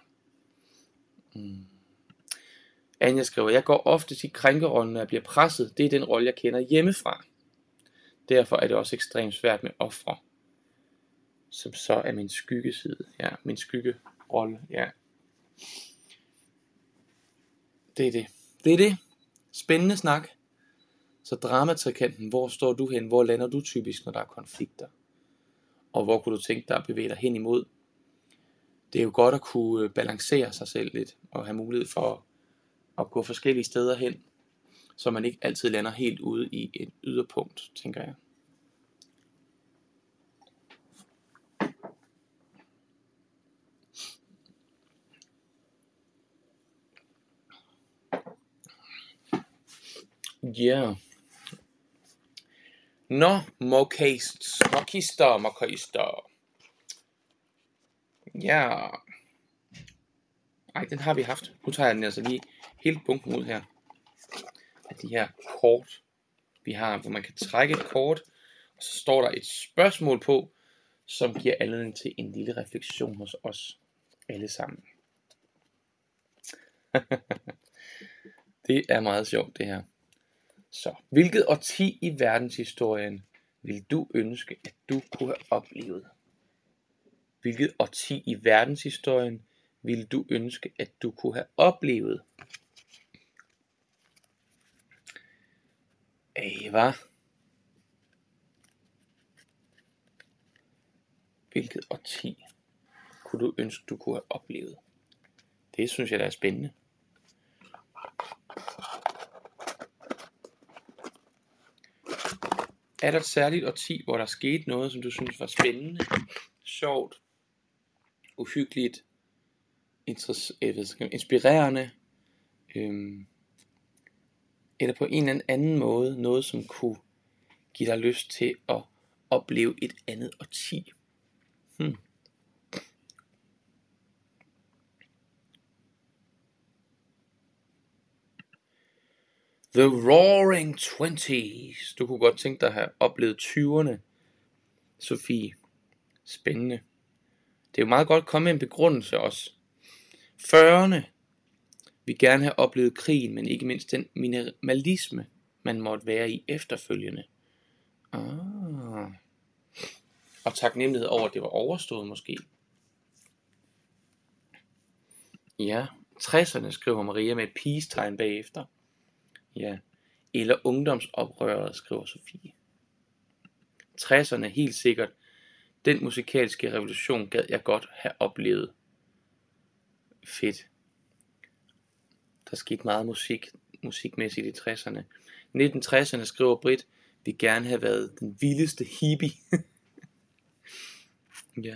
Anja skriver, jeg går ofte til krænkerrollen, når jeg bliver presset. Det er den rolle, jeg kender hjemmefra. Derfor er det også ekstremt svært med ofre, som så er min skyggeside. Ja, min skyggerolle. Ja. Det er det. Spændende snak. Så dramatrikanten, hvor står du hen? Hvor lander du typisk, når der er konflikter? Og hvor kunne du tænke dig at bevæge dig hen imod? Det er jo godt at kunne balancere sig selv lidt, og have mulighed for at gå forskellige steder hen, så man ikke altid lander helt ude i et yderpunkt, tænker jeg. Ja. Nå, mokkister. Ja. Ej, den har vi haft. Nu tager jeg den altså lige hele bunken ud her. Af de her kort, vi har, hvor man kan trække et kort, og så står der et spørgsmål på, som giver anledning til en lille refleksion hos os alle sammen. Det er meget sjovt, det her. Så, hvilket årti i verdenshistorien vil du ønske, at du kunne have oplevet? Hvilket årti i verdenshistorien vil du ønske, at du kunne have oplevet? Ava? Hvilket årti kunne du ønske, du kunne have oplevet? Det synes jeg, der er spændende. Er der et særligt årti, hvor der skete noget, som du synes var spændende, sjovt, uhyggeligt, inspirerende, eller på en eller anden måde, noget som kunne give dig lyst til at opleve et andet årti? The Roaring Twenties. Du kunne godt tænke dig at have oplevet 20'erne, Sofie. Spændende. Det er jo meget godt at komme med en begrundelse også. 40'erne. Vi gerne have oplevet krigen, men ikke mindst den minimalisme, man måtte være i efterfølgende. Og taknemmelighed over, at det var overstået måske. Ja, 60'erne skriver Maria med et peace-tegn bagefter. Ja, eller ungdomsoprøret, skriver Sofie. 60'erne helt sikkert. Den musikalske revolution gad jeg godt have oplevet. Fedt. Der skete meget musikmæssigt i 60'erne. 1960'erne skriver Britt, vi gerne have været den vildeste hippie. Ja.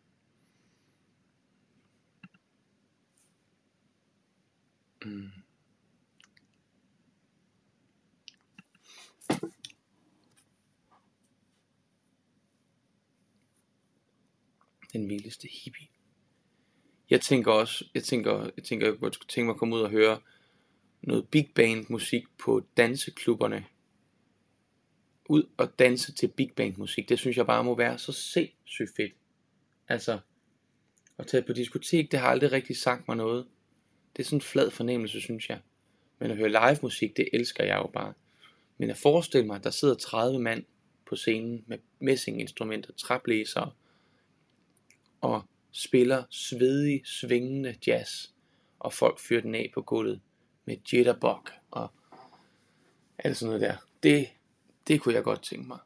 Den vildeste hippie. Jeg tænker, jeg godt skulle tænke mig at komme ud og høre noget big band musik på danseklubberne. Ud og danse til big band musik, det synes jeg bare må være så sindssygt fedt. Altså, at tage på diskotek, det har aldrig rigtig sagt mig noget. Det er sådan en flad fornemmelse, synes jeg. Men at høre live musik, det elsker jeg jo bare. Men at forestille mig, at der sidder 30 mand på scenen med messinginstrumenter, træblæsere og spiller svedig, svingende jazz, og folk fyrer den af på gulvet med jitterbug og alt sådan noget der. Det kunne jeg godt tænke mig.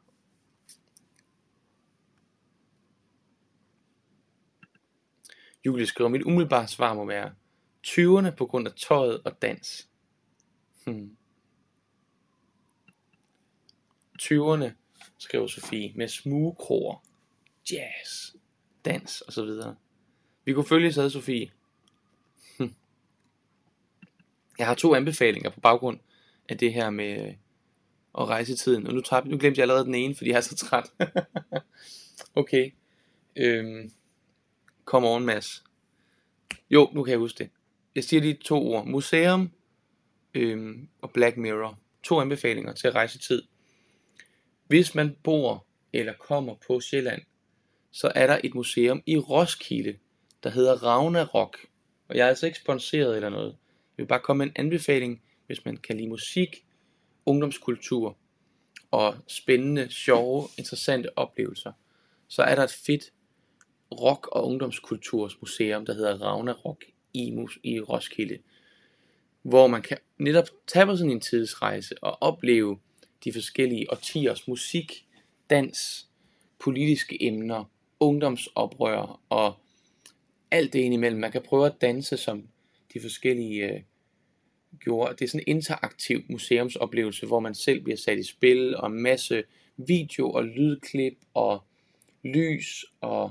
Julie skriver, mit umiddelbare svar må være 20'erne på grund af tøjet og dans. 20'erne, skriver Sofie, med smugekroer, jazz, dans og så videre. Vi kunne følges ad, Sofie. Jeg har 2 anbefalinger på baggrund af det her med at rejse i tiden. Og nu glemte jeg allerede den ene, fordi jeg er så træt. Okay. Come on, Mads. Jo, nu kan jeg huske det. Jeg siger lige 2 ord. Museum og Black Mirror. 2 anbefalinger til at rejse i tid. Hvis man bor eller kommer på Sjælland, så er der et museum i Roskilde, der hedder Ragnarok. Og jeg er altså ikke sponsoreret eller noget. Jeg vil bare komme med en anbefaling, hvis man kan lide musik, ungdomskultur og spændende, sjove, interessante oplevelser. Så er der et fedt rock- og ungdomskultursmuseum, der hedder Ragnarok i Roskilde, hvor man kan netop tage på sådan en tidsrejse og opleve de forskellige årtiers musik, dans, politiske emner, ungdomsoprør og alt det indimellem. Man kan prøve at danse, som de forskellige gjorde. Det er sådan en interaktiv museumsoplevelse, hvor man selv bliver sat i spil, og en masse video og lydklip og lys og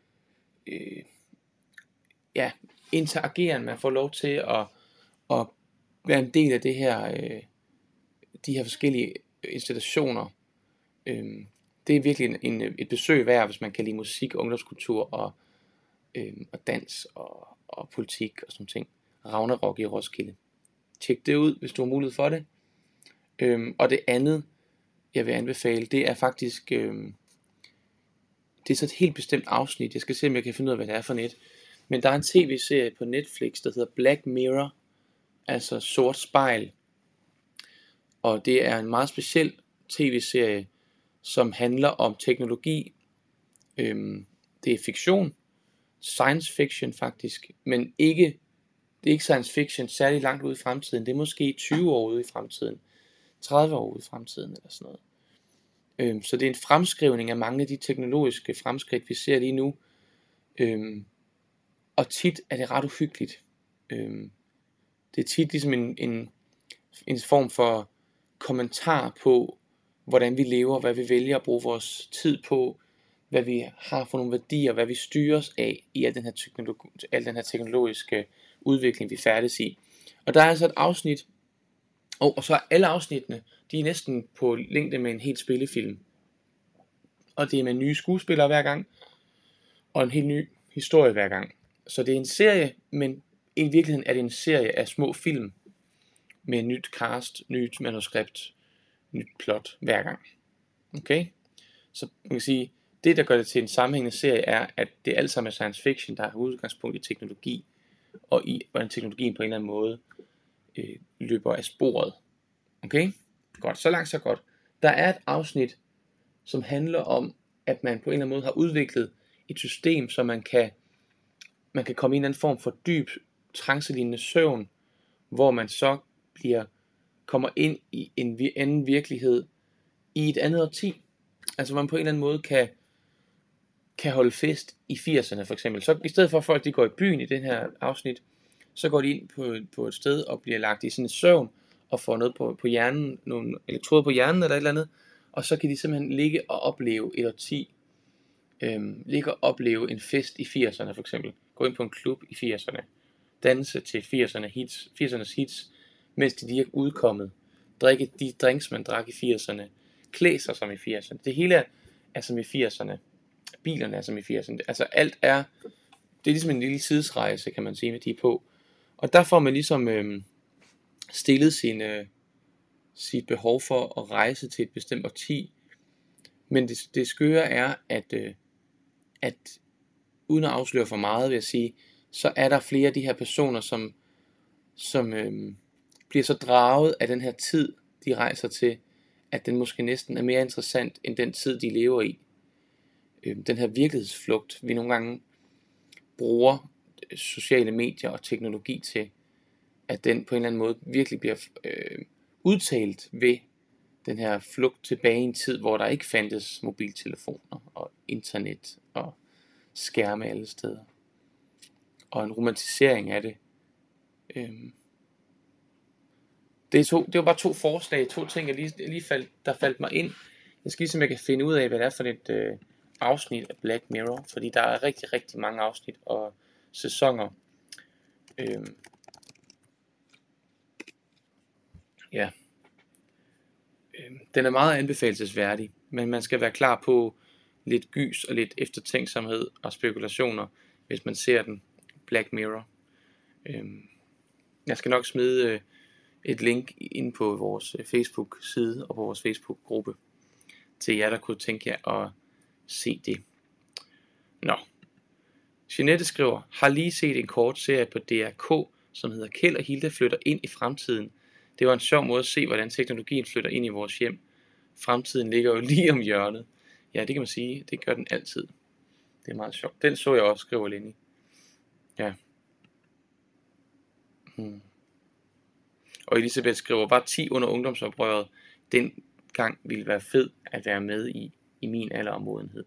interageren. Man får lov til at være en del af det her, de her forskellige installationer, Det er virkelig et besøg værd, hvis man kan lide musik, ungdomskultur og dans og politik og sådan ting. Ragnarok i Roskilde. Tjek det ud, hvis du har mulighed for det. Og det andet, jeg vil anbefale, det er faktisk, det er så et helt bestemt afsnit. Jeg skal se, om jeg kan finde ud af, hvad det er for net. Men der er en tv-serie på Netflix, der hedder Black Mirror, altså Sort Spejl. Og det er en meget speciel tv-serie, som handler om teknologi. Det er fiktion, science fiction faktisk, men det er ikke science fiction særlig langt ude i fremtiden. Det er måske 20 år ude i fremtiden, 30 år ude i fremtiden eller sådan noget. Så det er en fremskrivning af mange af de teknologiske fremskridt, vi ser lige nu. Og tit er det ret uhyggeligt. Det er tit ligesom en form for kommentar på, hvordan vi lever, hvad vi vælger at bruge vores tid på, hvad vi har for nogle værdier, hvad vi styres af i al den her teknologiske udvikling, vi færdes i. Og der er altså et afsnit, og så er alle afsnittene, de er næsten på længde med en helt spillefilm. Og det er med nye skuespillere hver gang, og en helt ny historie hver gang. Så det er en serie, men i virkeligheden er det en serie af små film, med nyt cast, nyt manuskript, nyt plot hver gang. Okay? Så man kan sige, det der gør det til en sammenhængende serie er, at det alt sammen er science fiction, der har udgangspunkt i teknologi, og i hvordan teknologien på en eller anden måde løber af sporet. Okay? Godt, så langt så godt. Der er et afsnit, som handler om, at man på en eller anden måde har udviklet et system, så man kan komme i en anden form for dyb, trancelignende søvn, hvor man så kommer ind i en anden virkelighed i et andet årti. Altså hvor man på en eller anden måde kan holde fest i 80'erne for eksempel. Så i stedet for at folk de går i byen i den her afsnit, så går de ind på et sted og bliver lagt i sådan en søvn og får noget på hjernen, nogle elektroder på hjernen eller et eller andet, og så kan de simpelthen ligge og opleve et årti, ligge og opleve en fest i 80'erne for eksempel. Gå ind på en klub i 80'erne, danse til 80'ernes hits, mens de er udkommet, drikke de drinks man drak i 80'erne, klæde sig som i 80'erne. Det hele er som i 80'erne. Bilerne er som i 80'erne. Altså alt det er ligesom en lille tidsrejse, kan man sige, med de er på. Og der får man ligesom stillet sit behov for at rejse til et bestemt årti. Men det skøre er, at uden at afsløre for meget, vil jeg sige, så er der flere af de her personer, som bliver så draget af den her tid, de rejser til, at den måske næsten er mere interessant, end den tid, de lever i. Den her virkelighedsflugt, vi nogle gange bruger sociale medier og teknologi til, at den på en eller anden måde virkelig bliver udtalt ved den her flugt tilbage i en tid, hvor der ikke fandtes mobiltelefoner og internet og skærme alle steder. Og en romantisering af det. Det var bare to forslag, to ting, der faldt mig ind. Jeg skal ligesom, jeg kan finde ud af, hvad det er for et afsnit af Black Mirror, fordi der er rigtig, rigtig mange afsnit og sæsoner. Den er meget anbefalelsesværdig, men man skal være klar på lidt gys og lidt eftertænksomhed og spekulationer, hvis man ser den. Black Mirror. Jeg skal nok smide et link ind på vores Facebook-side og på vores Facebook-gruppe til jer, der kunne tænke jer at se det. Nå. Jeanette skriver, har lige set en kort serie på DRK, som hedder Kjeld og Hilda flytter ind i fremtiden. Det var en sjov måde at se, hvordan teknologien flytter ind i vores hjem. Fremtiden ligger jo lige om hjørnet. Ja, det kan man sige. Det gør den altid. Det er meget sjovt. Den så jeg også, skriver Lenny. Ja. Og Elisabeth skriver, var 10 under ungdomsoprøret. Den gang ville være fed at være med i min alder og modenhed.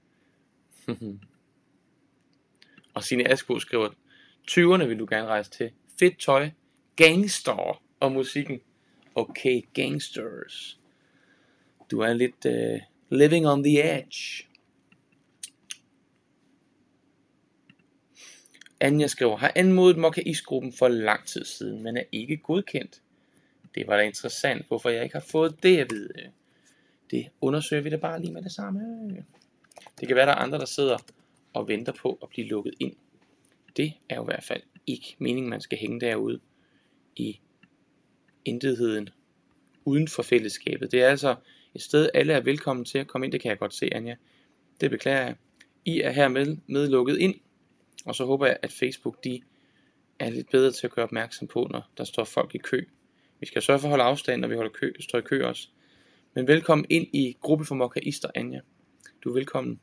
Og Signe Askbo skriver, 20'erne vil du gerne rejse til. Fedt tøj, gangster og musikken. Okay, gangsters. Du er lidt living on the edge. Anja skriver, har anmodet Mokka-isgruppen for lang tid siden, men er ikke godkendt. Det var da interessant, hvorfor jeg ikke har fået det at vide. Det undersøger vi da bare lige med det samme. Det kan være, der er andre, der sidder og venter på at blive lukket ind. Det er jo i hvert fald ikke meningen, man skal hænge derude i intetheden uden for fællesskabet. Det er altså et sted, alle er velkommen til at komme ind. Det kan jeg godt se, Anja. Det beklager jeg. I er hermed lukket ind. Og så håber jeg, at Facebook de er lidt bedre til at gøre opmærksom på, når der står folk i kø. Vi skal sørge for at holde afstand, når vi står i kø også. Men velkommen ind i gruppe for mokkaister, Anja. Du er velkommen.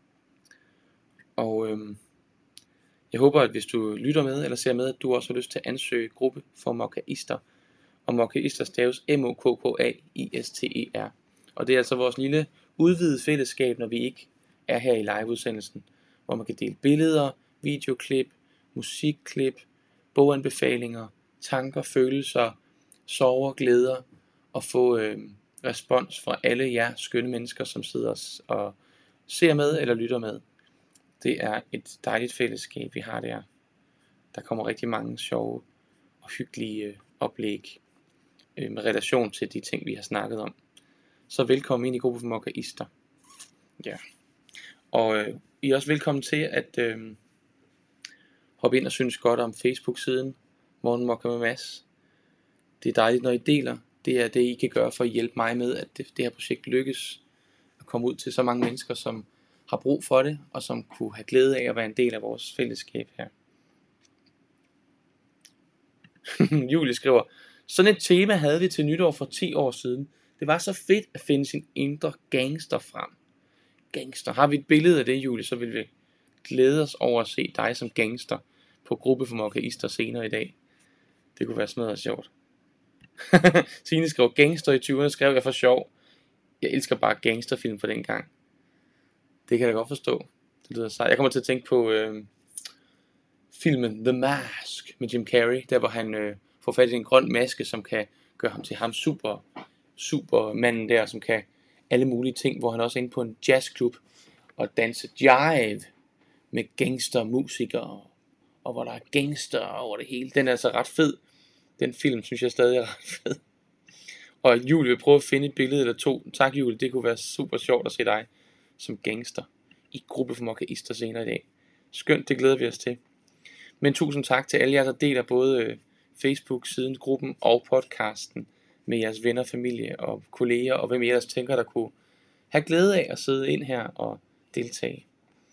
Og jeg håber, at hvis du lytter med eller ser med, at du også har lyst til at ansøge gruppe for mokkaister. Og mokkaister staves MOKKAISTER. Og det er altså vores lille udvidede fællesskab, når vi ikke er her i liveudsendelsen, hvor man kan dele billeder, videoklip, musikklip, boganbefalinger, tanker, følelser, sorger, glæder og få respons fra alle jer skønne mennesker, som sidder og ser med eller lytter med. Det er et dejligt fællesskab, vi har der. Der kommer rigtig mange sjove og hyggelige oplæg med relation til de ting, vi har snakket om. Så velkommen ind i gruppen for mokkaister. Ja. Og I er også velkommen til at hoppe ind og synes godt om Facebook-siden Morgenmokka med Mads. Det er dejligt, når I deler. Det er det, I kan gøre for at hjælpe mig med, at det her projekt lykkes at komme ud til så mange mennesker, som har brug for det, og som kunne have glæde af at være en del af vores fællesskab her. Julie skriver, sådan et tema havde vi til nytår for 10 år siden. Det var så fedt at finde sin indre gangster frem. Gangster. Har vi et billede af det, Julie, så vil vi glæde os over at se dig som gangster på gruppe for mokkaister senere i dag. Det kunne være smadret sjovt. Signe skrev, gangster i 20'erne skrev jeg for sjov. Jeg elsker bare gangsterfilm fra den gang. Det kan jeg godt forstå. Det lyder sejt. Jeg kommer til at tænke på filmen The Mask med Jim Carrey, der hvor han får fat i en grøn maske, som kan gøre ham til ham supermanden der, som kan alle mulige ting, hvor han også er inde på en jazzklub og danser jive med gangstermusikere, og hvor der er gangster over det hele. Den er altså ret fed. Den film synes jeg stadig er ret fed. Og Julie vil prøve at finde et billede eller to. Tak Julie, det kunne være super sjovt at se dig som gangster i gruppe for mokkaister senere i dag. Skønt, det glæder vi os til. Men tusind tak til alle jer, der deler både Facebook-siden, gruppen og podcasten med jeres venner, familie og kolleger, og hvem I ellers tænker, der kunne have glæde af at sidde ind her og deltage.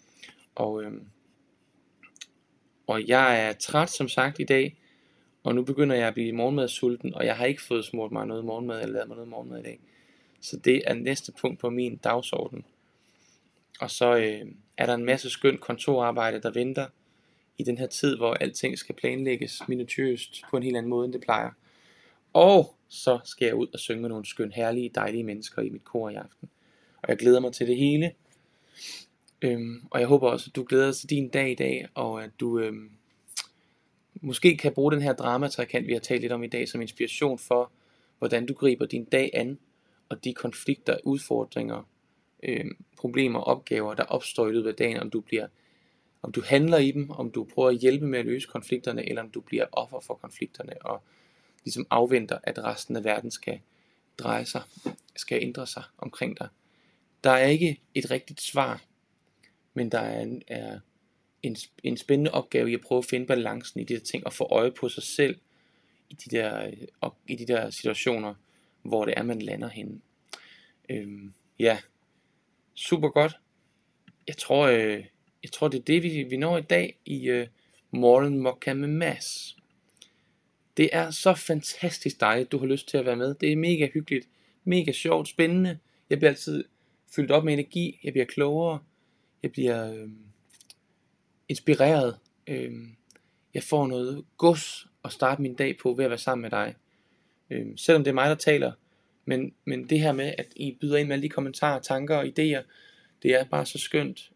Og jeg er træt som sagt i dag, og nu begynder jeg at blive morgenmadsulten, og jeg har ikke fået smurt mig noget morgenmad, eller lavet mig noget morgenmad i dag. Så det er næste punkt på min dagsorden. Og så er der en masse skønt kontorarbejde, der venter i den her tid, hvor alting skal planlægges minutiøst på en helt anden måde, end det plejer. Og så skal jeg ud og synge med nogle skøn, herlige, dejlige mennesker i mit kor i aften. Og jeg glæder mig til det hele. Og jeg håber også, at du glæder dig til din dag i dag, og at du måske kan bruge den her dramatrekant, vi har talt lidt om i dag, som inspiration for, hvordan du griber din dag an, og de konflikter, udfordringer, problemer, opgaver, der opstår i løbet af dagen, om du handler i dem, om du prøver at hjælpe med at løse konflikterne, eller om du bliver offer for konflikterne, og ligesom afventer, at resten af verden skal dreje sig, skal ændre sig omkring dig. Der er ikke et rigtigt svar, men der er en spændende opgave i at prøve at finde balancen i de der ting, og få øje på sig selv i de der situationer, hvor det er, man lander henne. Ja, super godt. Jeg tror, det er det, vi når i dag i Morgenmokka med Mads. Det er så fantastisk dejligt, du har lyst til at være med. Det er mega hyggeligt, mega sjovt, spændende. Jeg bliver altid fyldt op med energi. Jeg bliver klogere. Jeg bliver inspireret. Jeg får noget gods at starte min dag på ved at være sammen med dig. Selvom det er mig, der taler. Men det her med, at I byder ind med alle de kommentarer, tanker og idéer, det er bare så skønt.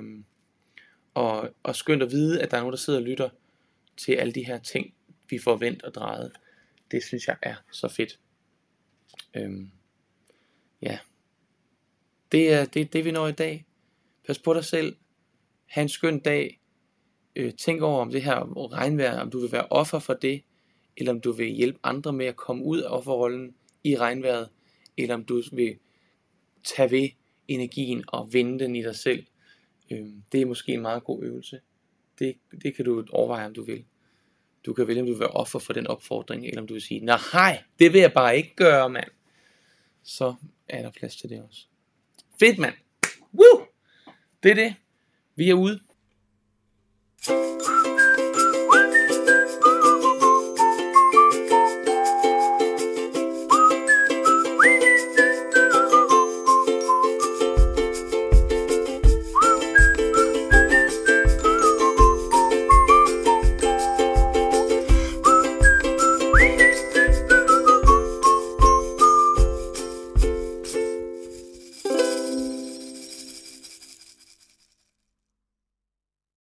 Og skønt at vide, at der er nogen, der sidder og lytter til alle de her ting, vi får vendt og drejet. Det synes jeg er så fedt. Ja. Det er det, vi når i dag. Pas på dig selv. Ha' en skøn dag. Tænk over om det her regnvejr, om du vil være offer for det, eller om du vil hjælpe andre med at komme ud af offerrollen i regnvejret, eller om du vil tage ved energien og vende den i dig selv. Det er måske en meget god øvelse. Det kan du overveje, om du vil. Du kan vælge, om du vil være offer for den opfordring, eller om du vil sige, nej, det vil jeg bare ikke gøre, mand. Så er der plads til det også. Fedt, mand. Woo! Det er det. Vi er ude.